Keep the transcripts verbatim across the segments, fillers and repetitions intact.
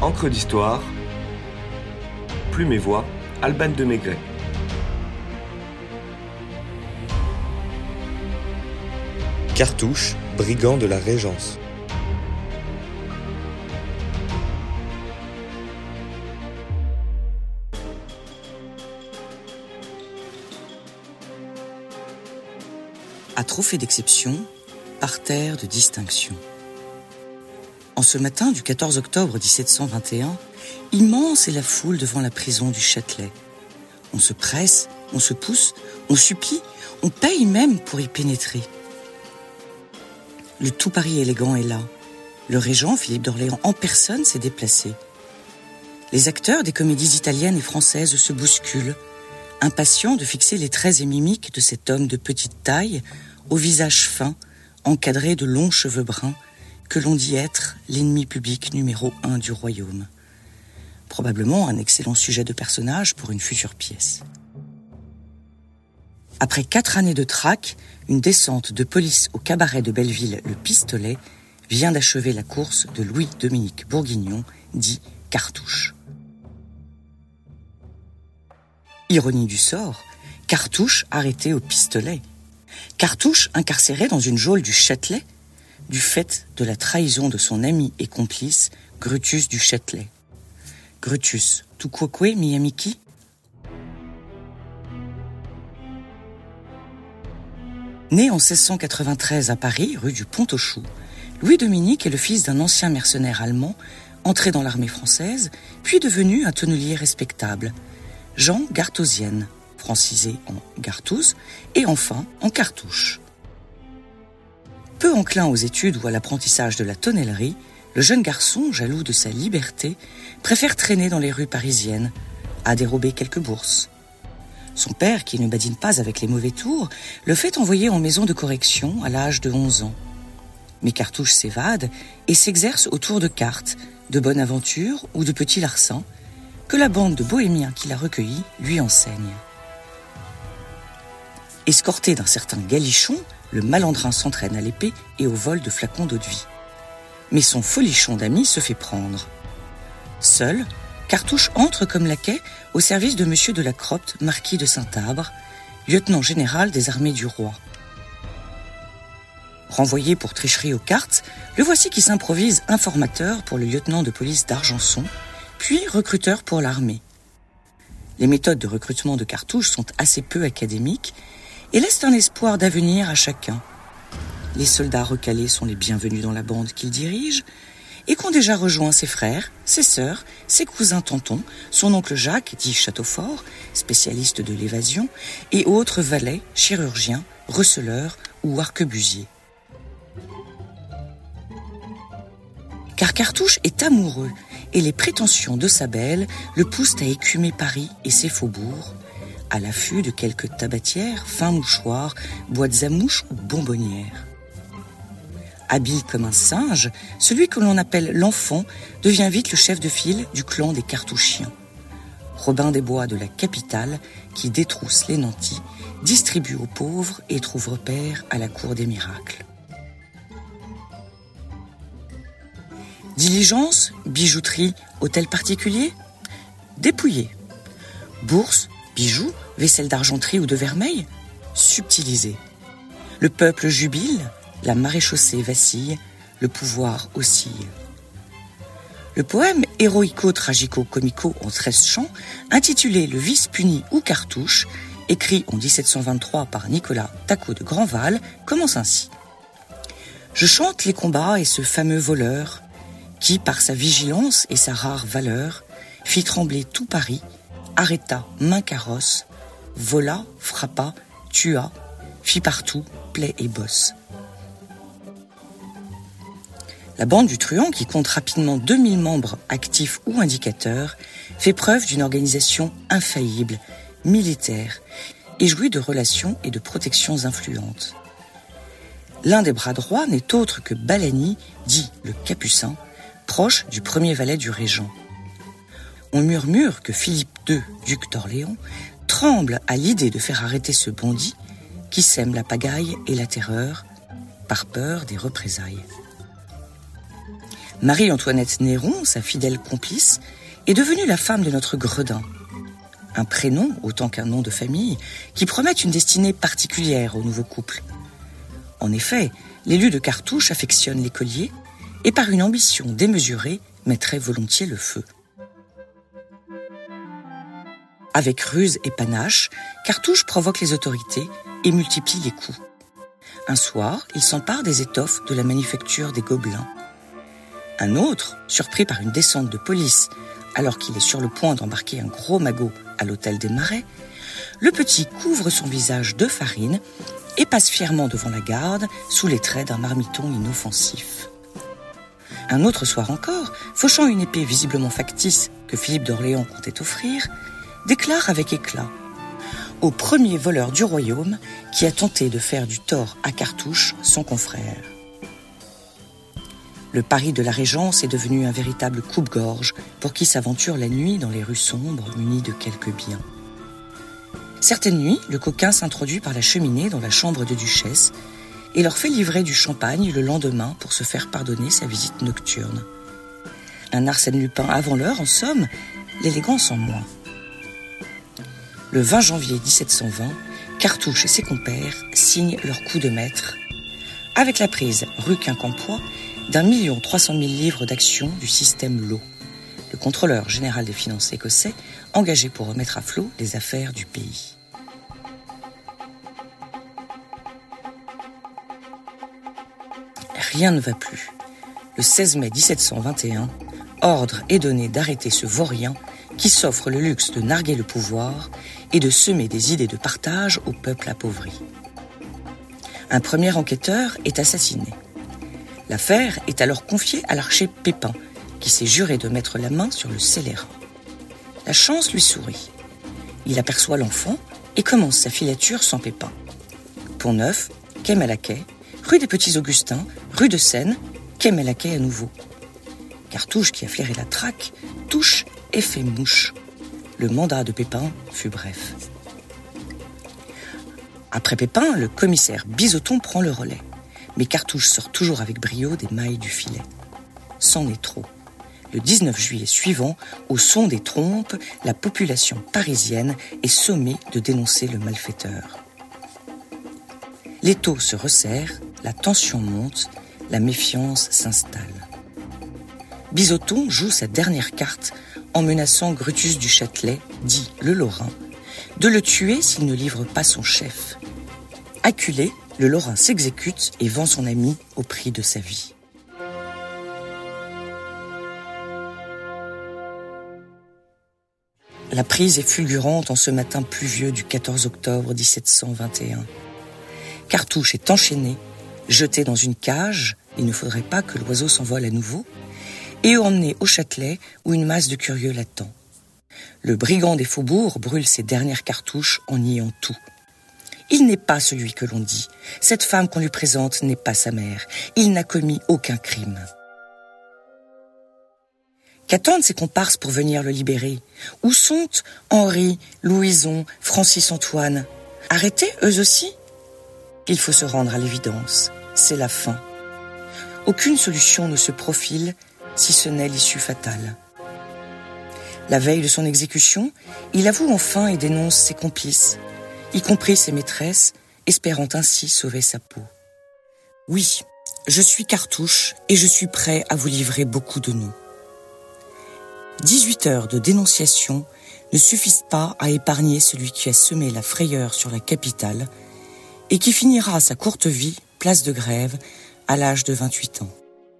Encre d'histoire, Plume et Voix, Alban de Maigret. Cartouche, brigand de la Régence. À trophée d'exception, parterre de distinction. En ce matin du quatorze octobre dix-sept cent vingt et un, immense est la foule devant la prison du Châtelet. On se presse, on se pousse, on supplie, on paye même pour y pénétrer. Le tout Paris élégant est là. Le régent Philippe d'Orléans en personne s'est déplacé. Les acteurs des comédies italiennes et françaises se bousculent, impatients de fixer les traits et mimiques de cet homme de petite taille, au visage fin, encadré de longs cheveux bruns, que l'on dit être l'ennemi public numéro un du royaume. Probablement un excellent sujet de personnage pour une future pièce. Après quatre années de traque, une descente de police au cabaret de Belleville, le Pistolet, vient d'achever la course de Louis-Dominique Bourguignon, dit Cartouche. Ironie du sort, Cartouche arrêté au pistolet. Cartouche incarcéré dans une geôle du Châtelet, du fait de la trahison de son ami et complice, Grutus du Châtelet. Grutus, Tuquoque Miyamiki? Né en seize cent quatre-vingt-treize à Paris, rue du Pont-aux-Choux, Louis-Dominique est le fils d'un ancien mercenaire allemand, entré dans l'armée française, puis devenu un tonnelier respectable, Jean Gartosienne, francisé en Gartouz, et enfin en Cartouche. Peu enclin aux études ou à l'apprentissage de la tonnellerie, le jeune garçon, jaloux de sa liberté, préfère traîner dans les rues parisiennes, à dérober quelques bourses. Son père, qui ne badine pas avec les mauvais tours, le fait envoyer en maison de correction à l'âge de onze ans. Mais Cartouche s'évade et s'exerce autour de cartes, de bonne aventure ou de petits larcins, que la bande de bohémiens qui l'a recueilli lui enseigne. Escorté d'un certain Galichon, le malandrin s'entraîne à l'épée et au vol de flacons d'eau-de-vie. Mais son folichon d'ami se fait prendre. Seul, Cartouche entre comme laquais au service de Monsieur de la Cropte, marquis de Saint-Abre, lieutenant général des armées du roi. Renvoyé pour tricherie aux cartes, le voici qui s'improvise informateur pour le lieutenant de police d'Argenson, puis recruteur pour l'armée. Les méthodes de recrutement de Cartouche sont assez peu académiques et laissent un espoir d'avenir à chacun. Les soldats recalés sont les bienvenus dans la bande qu'il dirige et qu'ont déjà rejoint ses frères, ses sœurs, ses cousins tontons, son oncle Jacques, dit Châteaufort, spécialiste de l'évasion, et autres valets, chirurgiens, receleurs ou arquebusiers. Car Cartouche est amoureux et les prétentions de sa belle le poussent à écumer Paris et ses faubourgs, à l'affût de quelques tabatières, fins mouchoirs, boîtes à mouches ou bonbonnières. Habile comme un singe, celui que l'on appelle l'enfant devient vite le chef de file du clan des Cartouchiens. Robin des Bois de la capitale, qui détrousse les nantis, distribue aux pauvres et trouve repère à la cour des miracles. Diligence, bijouterie, hôtel particulier, dépouillé. Bourse, bijoux, vaisselle d'argenterie ou de vermeil, subtilisé. Le peuple jubile, la maréchaussée vacille, le pouvoir oscille. Le poème héroïco-tragico-comico en treize chants, intitulé Le vice puni ou Cartouche, écrit en dix-sept cent vingt-trois par Nicolas Tacot de Grandval, commence ainsi. Je chante les combats et ce fameux voleur, qui, par sa vigilance et sa rare valeur, fit trembler tout Paris, arrêta main carrosse, vola, frappa, tua, fit partout plaie et bosse. La bande du truand, qui compte rapidement deux mille membres actifs ou indicateurs, fait preuve d'une organisation infaillible, militaire, et jouit de relations et de protections influentes. L'un des bras droits n'est autre que Balagny, dit le Capucin, proche du premier valet du régent. On murmure que Philippe deux, duc d'Orléans, tremble à l'idée de faire arrêter ce bandit qui sème la pagaille et la terreur par peur des représailles. Marie-Antoinette Néron, sa fidèle complice, est devenue la femme de notre Gredin. Un prénom, autant qu'un nom de famille, qui promet une destinée particulière au nouveau couple. En effet, l'élu de Cartouche affectionne l'écolier et par une ambition démesurée mettrait volontiers le feu. Avec ruse et panache, Cartouche provoque les autorités et multiplie les coups. Un soir, il s'empare des étoffes de la manufacture des Gobelins. Un autre, surpris par une descente de police, alors qu'il est sur le point d'embarquer un gros magot à l'hôtel des Marais, le petit couvre son visage de farine et passe fièrement devant la garde sous les traits d'un marmiton inoffensif. Un autre soir encore, fauchant une épée visiblement factice que Philippe d'Orléans comptait offrir, déclare avec éclat « Au premier voleur du royaume qui a tenté de faire du tort à Cartouche, son confrère ». Le Paris de la Régence est devenu un véritable coupe-gorge pour qui s'aventure la nuit dans les rues sombres munies de quelques biens. Certaines nuits, le coquin s'introduit par la cheminée dans la chambre de duchesse et leur fait livrer du champagne le lendemain pour se faire pardonner sa visite nocturne. Un Arsène Lupin avant l'heure, en somme, l'élégance en moins. Le vingt janvier dix-sept cent vingt, Cartouche et ses compères signent leur coup de maître avec la prise, rue Quincampoix, d'un million trois cent mille livres d'actions du système Law, le contrôleur général des finances écossais engagé pour remettre à flot les affaires du pays. Rien ne va plus. Le seize mai dix-sept cent vingt et un, ordre est donné d'arrêter ce vaurien qui s'offre le luxe de narguer le pouvoir et de semer des idées de partage au peuple appauvri. Un premier enquêteur est assassiné. L'affaire est alors confiée à l'archer Pépin, qui s'est juré de mettre la main sur le scélérat. La chance lui sourit. Il aperçoit l'enfant et commence sa filature sans Pépin. Pont-Neuf, quai Malaquais, rue des Petits Augustins, rue de Seine, quai Malaquais à nouveau. Cartouche, qui a flairé la traque, touche et fait mouche. Le mandat de Pépin fut bref. Après Pépin, le commissaire Bizoton prend le relais. Mais Cartouche sort toujours avec brio des mailles du filet. C'en est trop. Le dix-neuf juillet suivant, au son des trompes, la population parisienne est sommée de dénoncer le malfaiteur. L'étau se resserre, la tension monte, la méfiance s'installe. Bizoton joue sa dernière carte en menaçant Brutus du Châtelet, dit le Lorrain, de le tuer s'il ne livre pas son chef. Acculé, le Lorrain s'exécute et vend son ami au prix de sa vie. La prise est fulgurante en ce matin pluvieux du quatorze octobre dix-sept cent vingt et un. Cartouche est enchaîné, jeté dans une cage, il ne faudrait pas que l'oiseau s'envole à nouveau, et emmené au Châtelet où une masse de curieux l'attend. Le brigand des faubourgs brûle ses dernières cartouches en niant tout. Il n'est pas celui que l'on dit. Cette femme qu'on lui présente n'est pas sa mère. Il n'a commis aucun crime. Qu'attendent ses comparses pour venir le libérer? Où sont Henri, Louison, Francis-Antoine? Arrêtés, eux aussi? Il faut se rendre à l'évidence. C'est la fin. Aucune solution ne se profile, si ce n'est l'issue fatale. La veille de son exécution, il avoue enfin et dénonce ses complices, y compris ses maîtresses, espérant ainsi sauver sa peau. Oui, je suis Cartouche et je suis prêt à vous livrer beaucoup de nous. dix-huit heures de dénonciation ne suffisent pas à épargner celui qui a semé la frayeur sur la capitale et qui finira sa courte vie, place de Grève, à l'âge de vingt-huit ans.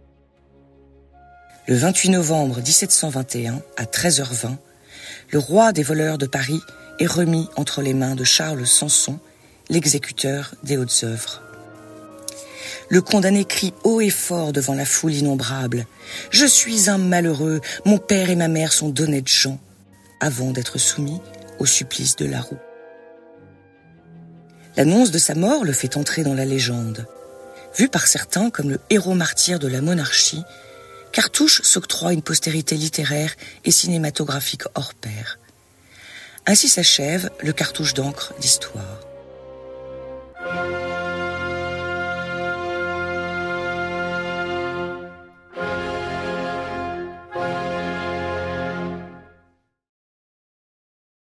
Le vingt-huit novembre dix-sept cent vingt et un, à treize heures vingt, le roi des voleurs de Paris est remis entre les mains de Charles Sanson, l'exécuteur des hautes œuvres. Le condamné crie haut et fort devant la foule innombrable « Je suis un malheureux, mon père et ma mère sont d'honnêtes gens », avant d'être soumis au supplice de la roue. L'annonce de sa mort le fait entrer dans la légende. Vu par certains comme le héros martyr de la monarchie, Cartouche s'octroie une postérité littéraire et cinématographique hors pair. Ainsi s'achève le cartouche d'encre d'histoire.